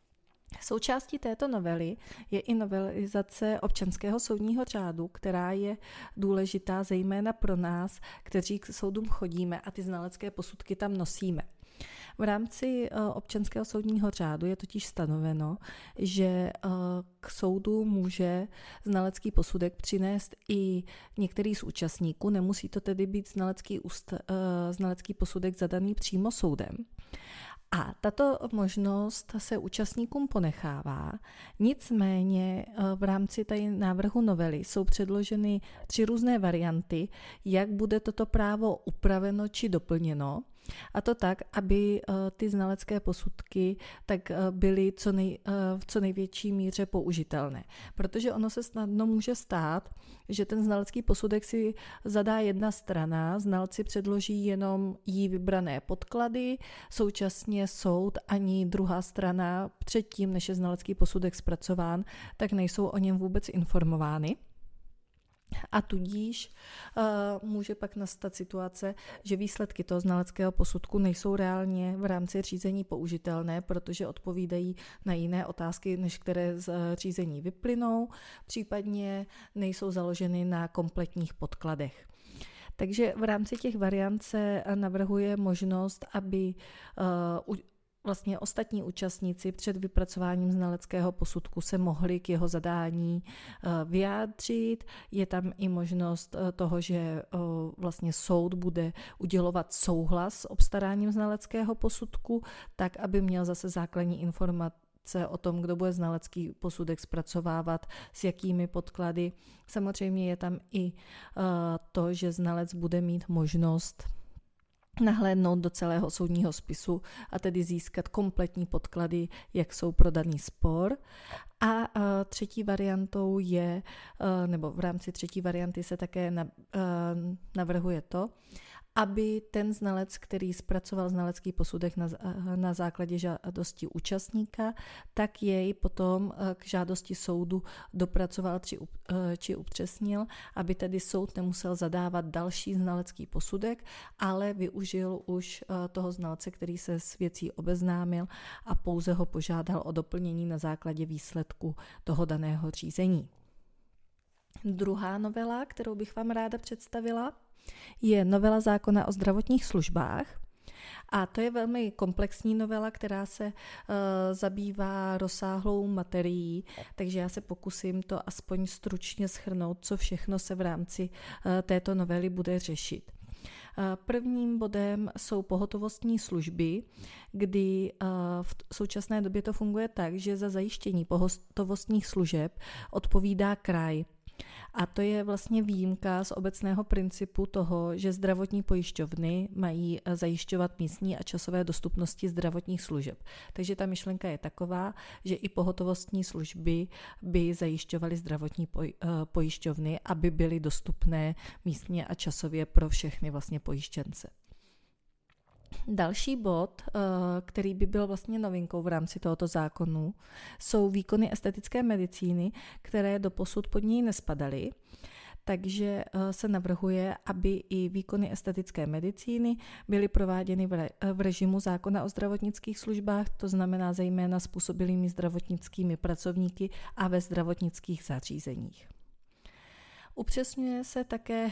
Součástí této novely je i novelizace občanského soudního řádu, která je důležitá zejména pro nás, kteří k soudům chodíme a ty znalecké posudky tam nosíme. V rámci občanského soudního řádu je totiž stanoveno, že k soudu může znalecký posudek přinést i některý z účastníků, nemusí to tedy být znalecký, úst, znalecký posudek zadaný přímo soudem. A tato možnost se účastníkům ponechává, nicméně v rámci tady návrhu novely jsou předloženy tři různé varianty, jak bude toto právo upraveno či doplněno, a to tak, aby ty znalecké posudky tak byly co nej, v co největší míře použitelné. Protože ono se snadno může stát, že ten znalecký posudek si zadá jedna strana, znalci předloží jenom jí vybrané podklady, současně soud ani druhá strana předtím, než je znalecký posudek zpracován, tak nejsou o něm vůbec informovány. A tudíž uh, může pak nastat situace, že výsledky toho znaleckého posudku nejsou reálně v rámci řízení použitelné, protože odpovídají na jiné otázky, než které z uh, řízení vyplynou, případně nejsou založeny na kompletních podkladech. Takže v rámci těch variant se navrhuje možnost, aby uh, vlastně ostatní účastníci před vypracováním znaleckého posudku se mohli k jeho zadání vyjádřit. Je tam i možnost toho, že vlastně soud bude udělovat souhlas s obstaráním znaleckého posudku, tak aby měl zase základní informace o tom, kdo bude znalecký posudek zpracovávat, s jakými podklady. Samozřejmě je tam i to, že znalec bude mít možnost nahlédnout do celého soudního spisu a tedy získat kompletní podklady, jak jsou pro daný spor. A třetí variantou je, nebo v rámci třetí varianty se také navrhuje to, aby ten znalec, který zpracoval znalecký posudek na, na základě žádosti účastníka, tak jej potom k žádosti soudu dopracoval či, či upřesnil, aby tedy soud nemusel zadávat další znalecký posudek, ale využil už toho znalce, který se s věcí obeznámil a pouze ho požádal o doplnění na základě výsledku toho daného řízení. Druhá novela, kterou bych vám ráda představila, je novela zákona o zdravotních službách. A to je velmi komplexní novela, která se uh, zabývá rozsáhlou materií, takže já se pokusím to aspoň stručně shrnout, co všechno se v rámci uh, této novely bude řešit. Prvním bodem jsou pohotovostní služby, kdy v současné době to funguje tak, že za zajištění pohotovostních služeb odpovídá kraj. A to je vlastně výjimka z obecného principu toho, že zdravotní pojišťovny mají zajišťovat místní a časové dostupnosti zdravotních služeb. Takže ta myšlenka je taková, že i pohotovostní služby by zajišťovaly zdravotní pojišťovny, aby byly dostupné místně a časově pro všechny vlastně pojištěnce. Další bod, který by byl vlastně novinkou v rámci tohoto zákonu, jsou výkony estetické medicíny, které doposud pod něj nespadaly. Takže se navrhuje, aby i výkony estetické medicíny byly prováděny v režimu zákona o zdravotnických službách, to znamená zejména způsobilými zdravotnickými pracovníky a ve zdravotnických zařízeních. Upřesňuje se také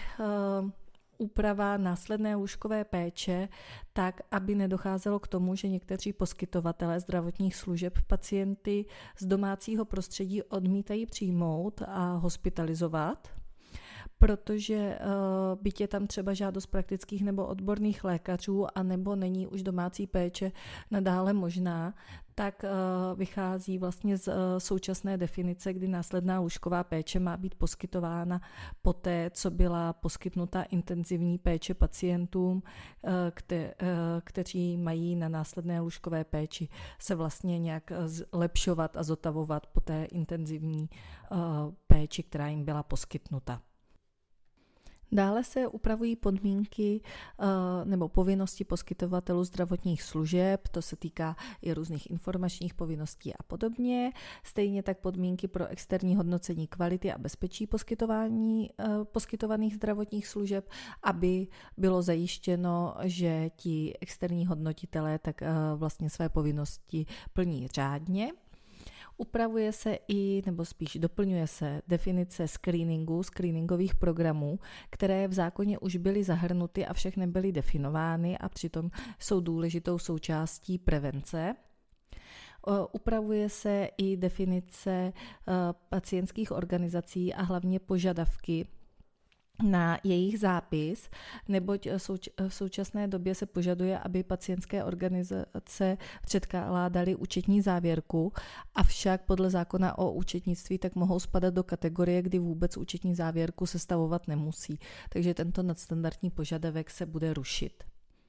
úprava následné lůžkové péče tak, aby nedocházelo k tomu, že někteří poskytovatelé zdravotních služeb pacienty z domácího prostředí odmítají přijmout a hospitalizovat, protože uh, byť je tam třeba žádost praktických nebo odborných lékařů a nebo není už domácí péče nadále možná, tak uh, vychází vlastně z uh, současné definice, kdy následná lůžková péče má být poskytována poté, co byla poskytnuta intenzivní péče pacientům, uh, kte, uh, kteří mají na následné lůžkové péči se vlastně nějak zlepšovat a zotavovat po té intenzivní uh, péči, která jim byla poskytnuta. Dále se upravují podmínky nebo povinnosti poskytovatelů zdravotních služeb, to se týká i různých informačních povinností a podobně. Stejně tak podmínky pro externí hodnocení kvality a bezpečí poskytování poskytovaných zdravotních služeb, aby bylo zajištěno, že ti externí hodnotitelé tak vlastně své povinnosti plní řádně. Upravuje se i, nebo spíš doplňuje se definice screeningu, screeningových programů, které v zákoně už byly zahrnuty a však nebyly definovány a přitom jsou důležitou součástí prevence. Upravuje se i definice pacientských organizací a hlavně požadavky na jejich zápis, neboť v současné době se požaduje, aby pacientské organizace předkládaly účetní závěrku, avšak podle zákona o účetnictví tak mohou spadat do kategorie, kdy vůbec účetní závěrku sestavovat nemusí. Takže tento nadstandardní požadavek se bude rušit.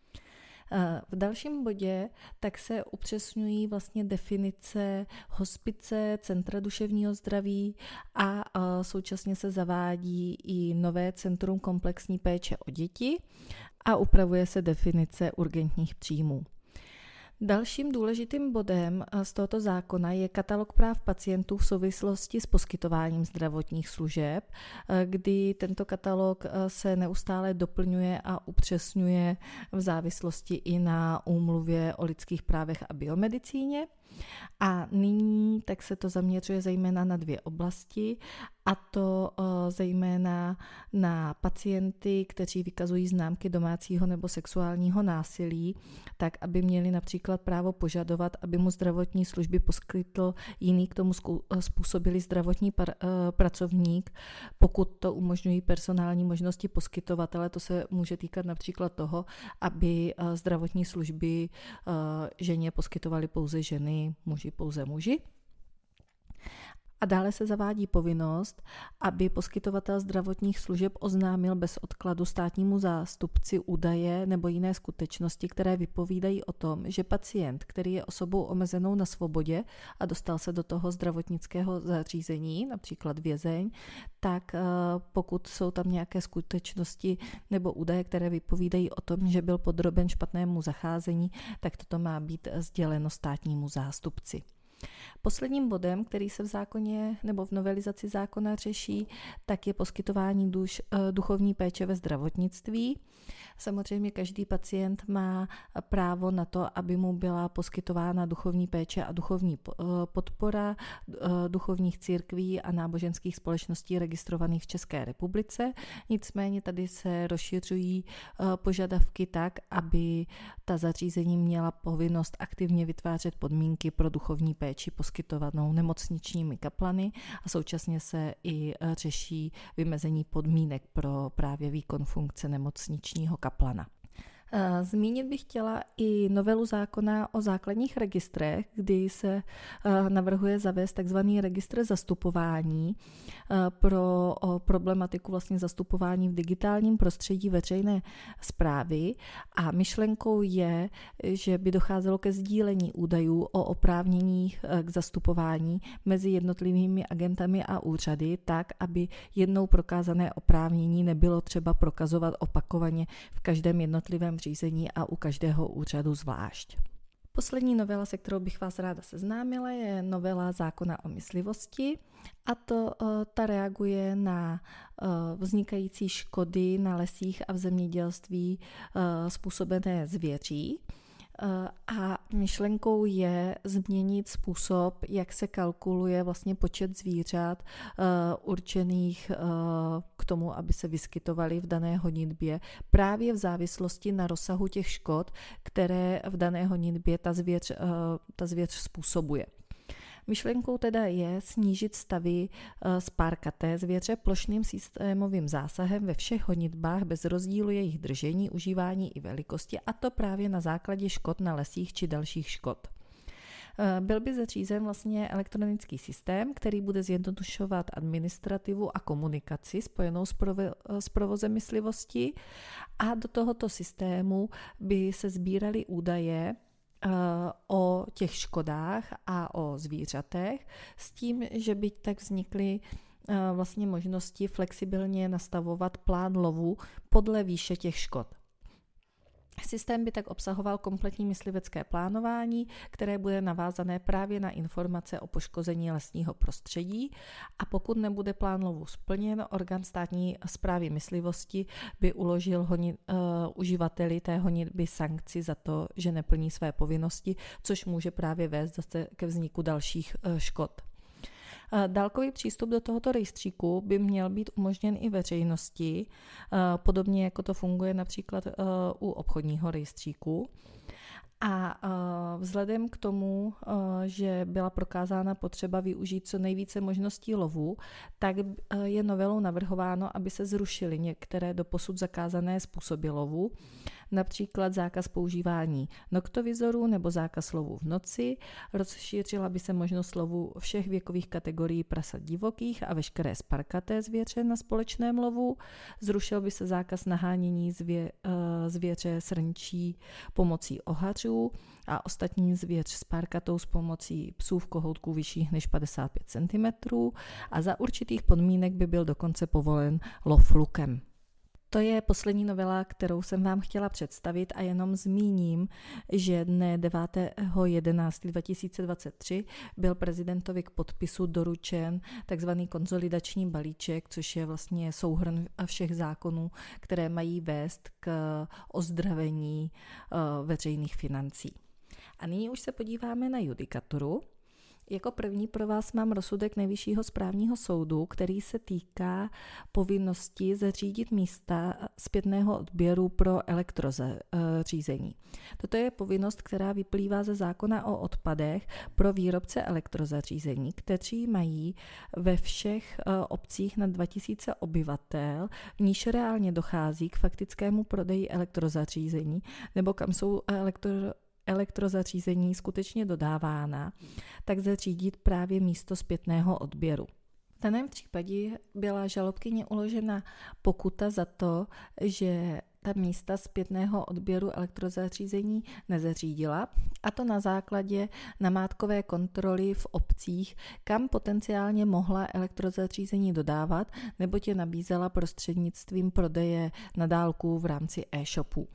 V dalším bodě tak se upřesňují vlastně definice hospice, centra duševního zdraví a současně se zavádí i nové centrum komplexní péče o děti a upravuje se definice urgentních příjmů. Dalším důležitým bodem z tohoto zákona je katalog práv pacientů v souvislosti s poskytováním zdravotních služeb, kdy tento katalog se neustále doplňuje a upřesňuje v závislosti i na úmluvě o lidských právech a biomedicíně. A nyní tak se to zaměřuje zejména na dvě oblasti, a to zejména na pacienty, kteří vykazují známky domácího nebo sexuálního násilí, tak aby měli například právo požadovat, aby mu zdravotní služby poskytl jiný k tomu způsobilý zdravotní par, pracovník, pokud to umožňují personální možnosti poskytovatele. To se může týkat například toho, aby zdravotní služby ženě poskytovaly pouze ženy, muži pouze muži. A dále se zavádí povinnost, aby poskytovatel zdravotních služeb oznámil bez odkladu státnímu zástupci údaje nebo jiné skutečnosti, které vypovídají o tom, že pacient, který je osobou omezenou na svobodě a dostal se do toho zdravotnického zařízení, například vězeň, tak pokud jsou tam nějaké skutečnosti nebo údaje, které vypovídají o tom, že byl podroben špatnému zacházení, tak toto má být sděleno státnímu zástupci. Posledním bodem, který se v zákoně nebo v novelizaci zákona řeší, tak je poskytování duš, duchovní péče ve zdravotnictví. Samozřejmě každý pacient má právo na to, aby mu byla poskytována duchovní péče a duchovní podpora duchovních církví a náboženských společností registrovaných v České republice. Nicméně tady se rozšiřují požadavky tak, aby ta zařízení měla povinnost aktivně vytvářet podmínky pro duchovní péči poskytovanou nemocničními kaplany a současně se i řeší vymezení podmínek pro právě výkon funkce nemocničního kaplana. Zmínit bych chtěla i novelu zákona o základních registrech, kdy se navrhuje zavést takzvaný registr zastupování pro problematiku vlastně zastupování v digitálním prostředí veřejné správy a myšlenkou je, že by docházelo ke sdílení údajů o oprávněních k zastupování mezi jednotlivými agentami a úřady tak, aby jednou prokázané oprávnění nebylo třeba prokazovat opakovaně v každém jednotlivém řízení a u každého úřadu zvlášť. Poslední novela, se kterou bych vás ráda seznámila, je novela zákona o myslivosti a to ta reaguje na vznikající škody na lesích a v zemědělství způsobené zvěří. A myšlenkou je změnit způsob, jak se kalkuluje vlastně počet zvířat uh, určených uh, k tomu, aby se vyskytovaly v dané honitbě, právě v závislosti na rozsahu těch škod, které v dané honitbě ta zvěř, uh, ta zvěř způsobuje. Myšlenkou teda je snížit stavy spárkaté zvěře plošným systémovým zásahem ve všech honitbách bez rozdílu jejich držení, užívání i velikosti, a to právě na základě škod na lesích či dalších škod. Byl by zařízen vlastně elektronický systém, který bude zjednodušovat administrativu a komunikaci spojenou s, provo- s provozem myslivosti a do tohoto systému by se sbíraly údaje o těch škodách a o zvířatech s tím, že by tak vznikly vlastně možnosti flexibilně nastavovat plán lovu podle výše těch škod. Systém by tak obsahoval kompletní myslivecké plánování, které bude navázané právě na informace o poškození lesního prostředí, a pokud nebude plán lovu splněn, orgán státní správy myslivosti by uložil honit, uh, uživateli té honitby sankci za to, že neplní své povinnosti, což může právě vést zase ke vzniku dalších uh, škod. Dálkový přístup do tohoto rejstříku by měl být umožněn i veřejnosti, podobně jako to funguje například u obchodního rejstříku. A vzhledem k tomu, že byla prokázána potřeba využít co nejvíce možností lovu, tak je novelou navrhováno, aby se zrušily některé doposud zakázané způsoby lovu, například zákaz používání noktovizorů nebo zákaz lovu v noci, rozšířila by se možnost lovu všech věkových kategorií prasat divokých a veškeré sparkaté zvěře na společném lovu, zrušil by se zákaz nahánění zvě, zvěře srnčí pomocí ohařů a ostatní zvěř sparkatou s pomocí psů v kohoutků vyšších než padesát pět centimetrů a za určitých podmínek by byl dokonce povolen lov lukem. To je poslední novela, kterou jsem vám chtěla představit, a jenom zmíním, že dne devátého jedenáctého dva tisíce dvacet tři byl prezidentovi k podpisu doručen takzvaný konsolidační balíček, což je vlastně souhrn všech zákonů, které mají vést k ozdravení veřejných financí. A nyní už se podíváme na judikaturu. Jako první pro vás mám rozsudek Nejvyššího správního soudu, který se týká povinnosti zařídit místa zpětného odběru pro elektrozařízení. Toto je povinnost, která vyplývá ze zákona o odpadech pro výrobce elektrozařízení, kteří mají ve všech obcích nad dva tisíce obyvatel, v níž reálně dochází k faktickému prodeji elektrozařízení, nebo kam jsou elektro elektrozařízení skutečně dodávána, tak zařídit právě místo zpětného odběru. V daném případě byla žalobkyni uložena pokuta za to, že ta místa zpětného odběru elektrozařízení nezařídila, a to na základě namátkové kontroly v obcích, kam potenciálně mohla elektrozařízení dodávat, neboť je nabízela prostřednictvím prodeje na dálku v rámci e-shopů.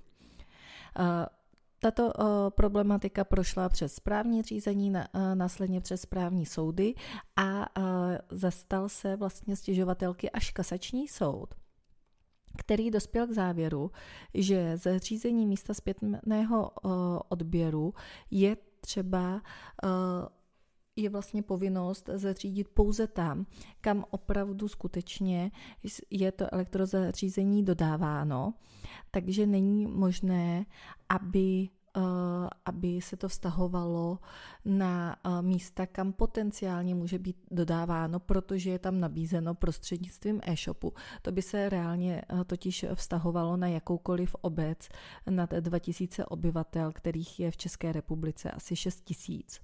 Tato problematika prošla přes správní řízení, následně přes správní soudy a zastal se vlastně stěžovatelky až kasační soud, který dospěl k závěru, že zařízení místa zpětného odběru je třeba je vlastně povinnost zařídit pouze tam, kam opravdu skutečně je to elektrozařízení dodáváno, takže není možné, aby aby se to vztahovalo na místa, kam potenciálně může být dodáváno, protože je tam nabízeno prostřednictvím e-shopu. To by se reálně totiž vztahovalo na jakoukoliv obec nad dva tisíce obyvatel, kterých je v České republice asi šest tisíc.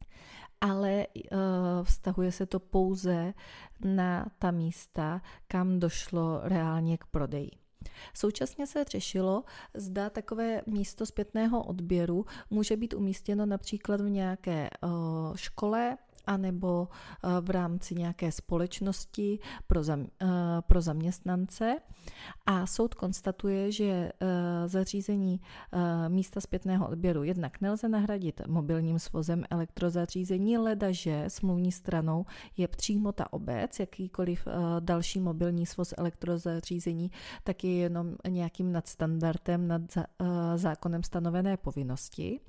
Ale uh, vztahuje se to pouze na ta místa, kam došlo reálně k prodeji. Současně se řešilo, zda takové místo zpětného odběru může být umístěno například v nějaké uh, škole anebo v rámci nějaké společnosti pro, zam, pro zaměstnance. A soud konstatuje, že zařízení místa zpětného odběru jednak nelze nahradit mobilním svozem elektrozařízení, ledaže smluvní stranou je přímo ta obec, jakýkoliv další mobilní svoz elektrozařízení, tak je jenom nějakým nadstandardem nad zákonem stanovené povinnosti.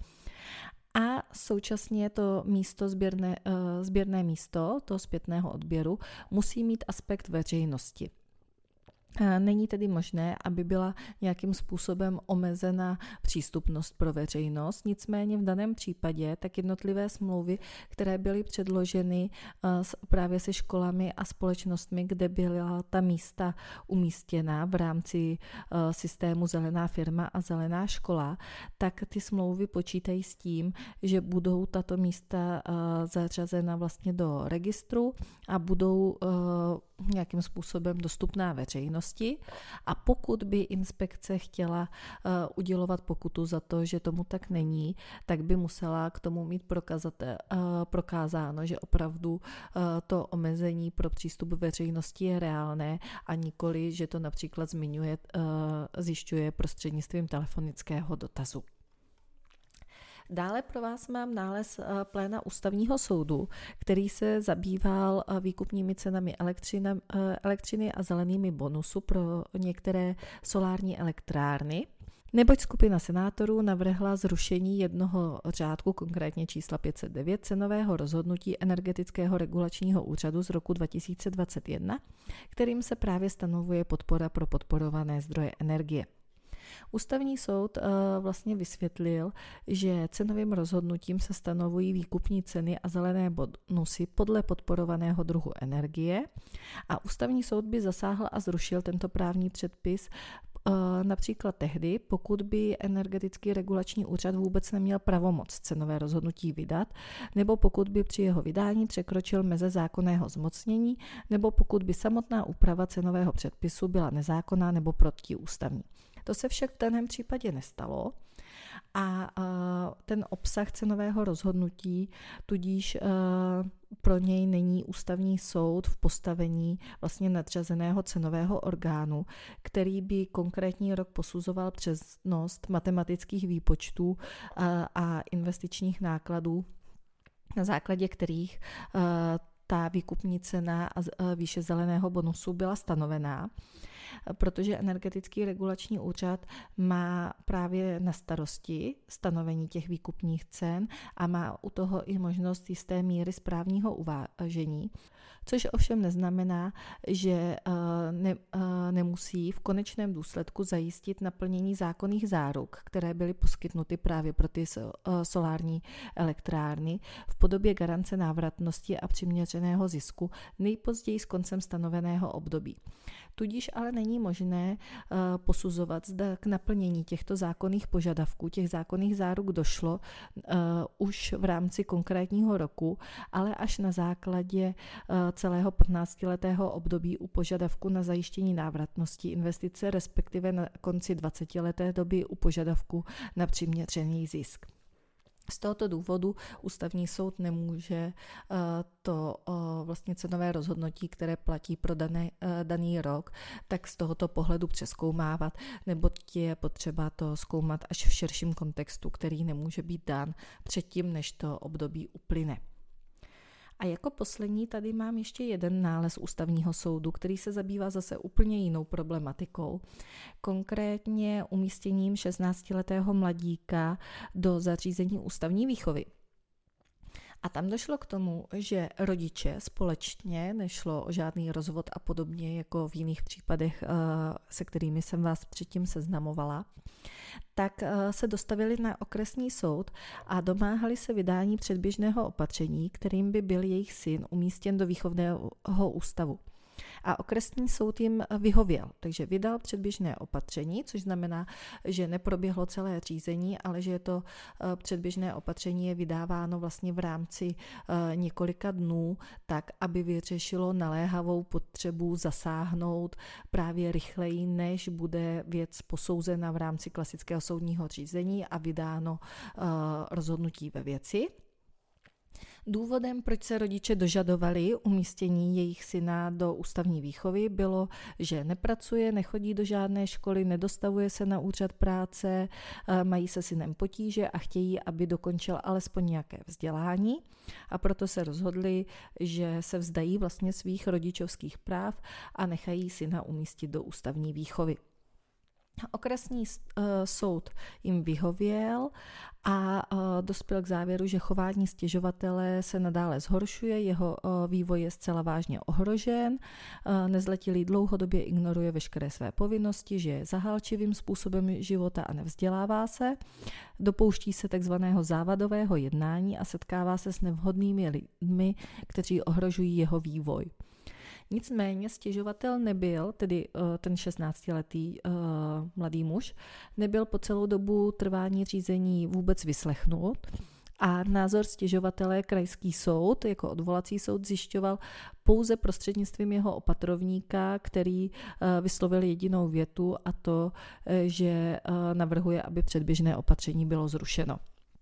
A současně to místo sběrné, sběrné místo toho zpětného odběru musí mít aspekt veřejnosti. Není tedy možné, aby byla nějakým způsobem omezena přístupnost pro veřejnost, nicméně v daném případě tak jednotlivé smlouvy, které byly předloženy právě se školami a společnostmi, kde byla ta místa umístěna v rámci systému Zelená firma a Zelená škola, tak ty smlouvy počítají s tím, že budou tato místa zařazena vlastně do registru a budou nějakým způsobem dostupná veřejnosti, a pokud by inspekce chtěla uh, udělovat pokutu za to, že tomu tak není, tak by musela k tomu mít prokazate, uh, prokázáno, že opravdu uh, to omezení pro přístup veřejnosti je reálné a nikoli, že to například zmiňuje, uh, zjišťuje prostřednictvím telefonického dotazu. Dále pro vás mám nález pléna Ústavního soudu, který se zabýval výkupními cenami elektřiny, elektřiny a zelenými bonusu pro některé solární elektrárny. Neboť skupina senátorů navrhla zrušení jednoho řádku, konkrétně čísla pět set devět, cenového rozhodnutí Energetického regulačního úřadu z roku dva tisíce dvacet jedna, kterým se právě stanovuje podpora pro podporované zdroje energie. Ústavní soud uh, vlastně vysvětlil, že cenovým rozhodnutím se stanovují výkupní ceny a zelené bonusy podle podporovaného druhu energie a Ústavní soud by zasáhl a zrušil tento právní předpis uh, například tehdy, pokud by Energetický regulační úřad vůbec neměl pravomoc cenové rozhodnutí vydat, nebo pokud by při jeho vydání překročil meze zákonného zmocnění, nebo pokud by samotná úprava cenového předpisu byla nezákonná nebo protiústavní. To se však v daném případě nestalo a ten obsah cenového rozhodnutí tudíž pro něj není Ústavní soud v postavení vlastně nadřazeného cenového orgánu, který by konkrétní rok posuzoval přesnost matematických výpočtů a investičních nákladů, na základě kterých ta výkupní cena a výše zeleného bonusu byla stanovená, protože Energetický regulační úřad má právě na starosti stanovení těch výkupních cen a má u toho i možnost jisté míry správního uvážení, což ovšem neznamená, že ne, nemusí v konečném důsledku zajistit naplnění zákonných záruk, které byly poskytnuty právě pro ty solární elektrárny v podobě garance návratnosti a přiměřeného zisku nejpozději s koncem stanoveného období. Tudíž ale není možné uh, posuzovat, zda k naplnění těchto zákonných požadavků, těch zákonných záruk došlo uh, už v rámci konkrétního roku, ale až na základě uh, celého patnáctiletého období u požadavku na zajištění návratnosti investice, respektive na konci dvacetileté doby u požadavku na přiměřený zisk. Z tohoto důvodu ústavní soud nemůže uh, to uh, vlastně cenové rozhodnutí, které platí pro daný, uh, daný rok, tak z tohoto pohledu přezkoumávat, nebo je potřeba to zkoumat až v širším kontextu, který nemůže být dán předtím, než to období uplyne. A jako poslední tady mám ještě jeden nález ústavního soudu, který se zabývá zase úplně jinou problematikou. Konkrétně umístěním šestnáctiletého mladíka do zařízení ústavní výchovy. A tam došlo k tomu, že rodiče společně, nešlo o žádný rozvod a podobně, jako v jiných případech, se kterými jsem vás předtím seznamovala, tak se dostavili na okresní soud a domáhali se vydání předběžného opatření, kterým by byl jejich syn umístěn do výchovného ústavu. A okresní soud jim vyhověl, takže vydal předběžné opatření, což znamená, že neproběhlo celé řízení, ale že to předběžné opatření je vydáváno vlastně v rámci několika dnů, tak, aby vyřešilo naléhavou potřebu zasáhnout právě rychleji, než bude věc posouzena v rámci klasického soudního řízení a vydáno rozhodnutí ve věci. Důvodem, proč se rodiče dožadovali umístění jejich syna do ústavní výchovy, bylo, že nepracuje, nechodí do žádné školy, nedostavuje se na úřad práce, mají se synem potíže a chtějí, aby dokončil alespoň nějaké vzdělání. A proto se rozhodli, že se vzdají vlastně svých rodičovských práv a nechají syna umístit do ústavní výchovy. Okresní uh, soud jim vyhověl a uh, dospěl k závěru, že chování stěžovatele se nadále zhoršuje, jeho uh, vývoj je zcela vážně ohrožen, uh, nezletilý dlouhodobě ignoruje veškeré své povinnosti, že je zahálčivým způsobem života a nevzdělává se, dopouští se takzvaného závadového jednání a setkává se s nevhodnými lidmi, kteří ohrožují jeho vývoj. Nicméně stěžovatel nebyl, tedy uh, ten šestnáctiletý uh, mladý muž, nebyl po celou dobu trvání řízení vůbec vyslechnut a názor stěžovatele krajský soud jako odvolací soud zjišťoval pouze prostřednictvím jeho opatrovníka, který uh, vyslovil jedinou větu a to, uh, že uh, navrhuje, aby předběžné opatření bylo zrušeno.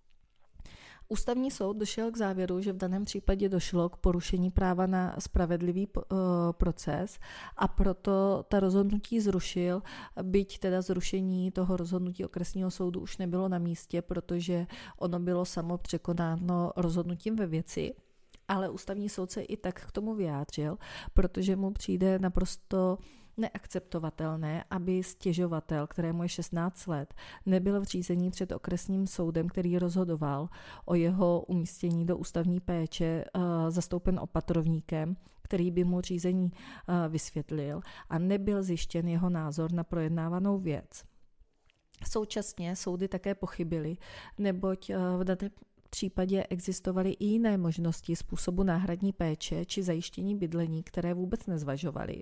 Ústavní soud došel k závěru, že v daném případě došlo k porušení práva na spravedlivý proces a proto ta rozhodnutí zrušil, byť teda zrušení toho rozhodnutí okresního soudu už nebylo na místě, protože ono bylo samo překonáno rozhodnutím ve věci. Ale ústavní soud se i tak k tomu vyjádřil, protože mu přijde naprosto neakceptovatelné, aby stěžovatel, kterému je šestnáct let, nebyl v řízení před okresním soudem, který rozhodoval o jeho umístění do ústavní péče, zastoupen opatrovníkem, který by mu řízení vysvětlil a nebyl zjištěn jeho názor na projednávanou věc. Současně soudy také pochybily, neboť v daném případě existovaly i jiné možnosti způsobu náhradní péče či zajištění bydlení, které vůbec nezvažovaly.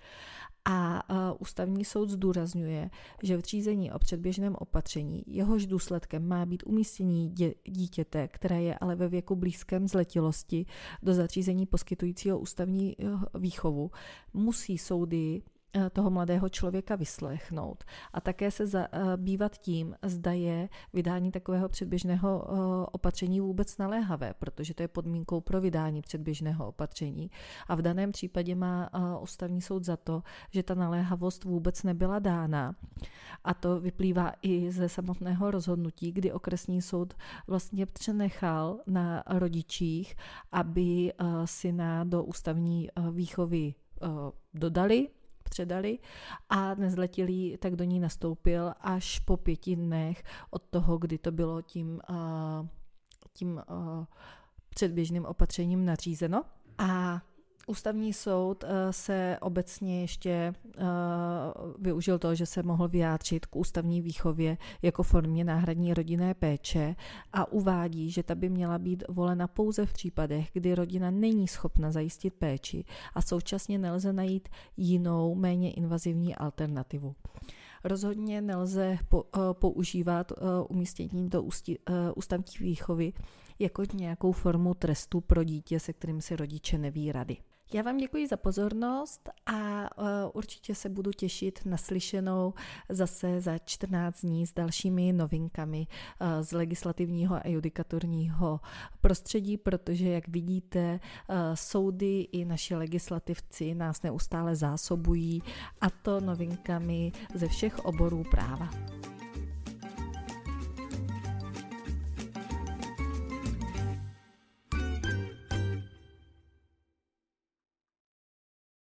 A ústavní soud zdůrazňuje, že v řízení o předběžném opatření jehož důsledkem má být umístění dě- dítěte, které je ale ve věku blízkém zletilosti, do zařízení poskytujícího ústavní výchovu, musí soudy toho mladého člověka vyslechnout a také se zabývat tím, zda je vydání takového předběžného opatření vůbec naléhavé, protože to je podmínkou pro vydání předběžného opatření. A v daném případě má ústavní soud za to, že ta naléhavost vůbec nebyla dána. A to vyplývá i ze samotného rozhodnutí, kdy okresní soud vlastně přenechal na rodičích, aby syna do ústavní výchovy dodali, předali a nezletilý tak do ní nastoupil až po pěti dnech od toho, kdy to bylo tím, tím předběžným opatřením nařízeno. A Ústavní soud se obecně ještě využil toho, že se mohl vyjádřit k ústavní výchově jako formě náhradní rodinné péče a uvádí, že ta by měla být volena pouze v případech, kdy rodina není schopna zajistit péči a současně nelze najít jinou, méně invazivní alternativu. Rozhodně nelze používat umístění do ústavní výchovy jako nějakou formu trestu pro dítě, se kterým si rodiče neví rady. Já vám děkuji za pozornost a určitě se budu těšit na slyšenou zase za čtrnáct dní s dalšími novinkami z legislativního a judikaturního prostředí, protože, jak vidíte, soudy i naši legislativci nás neustále zásobují, a to novinkami ze všech oborů práva.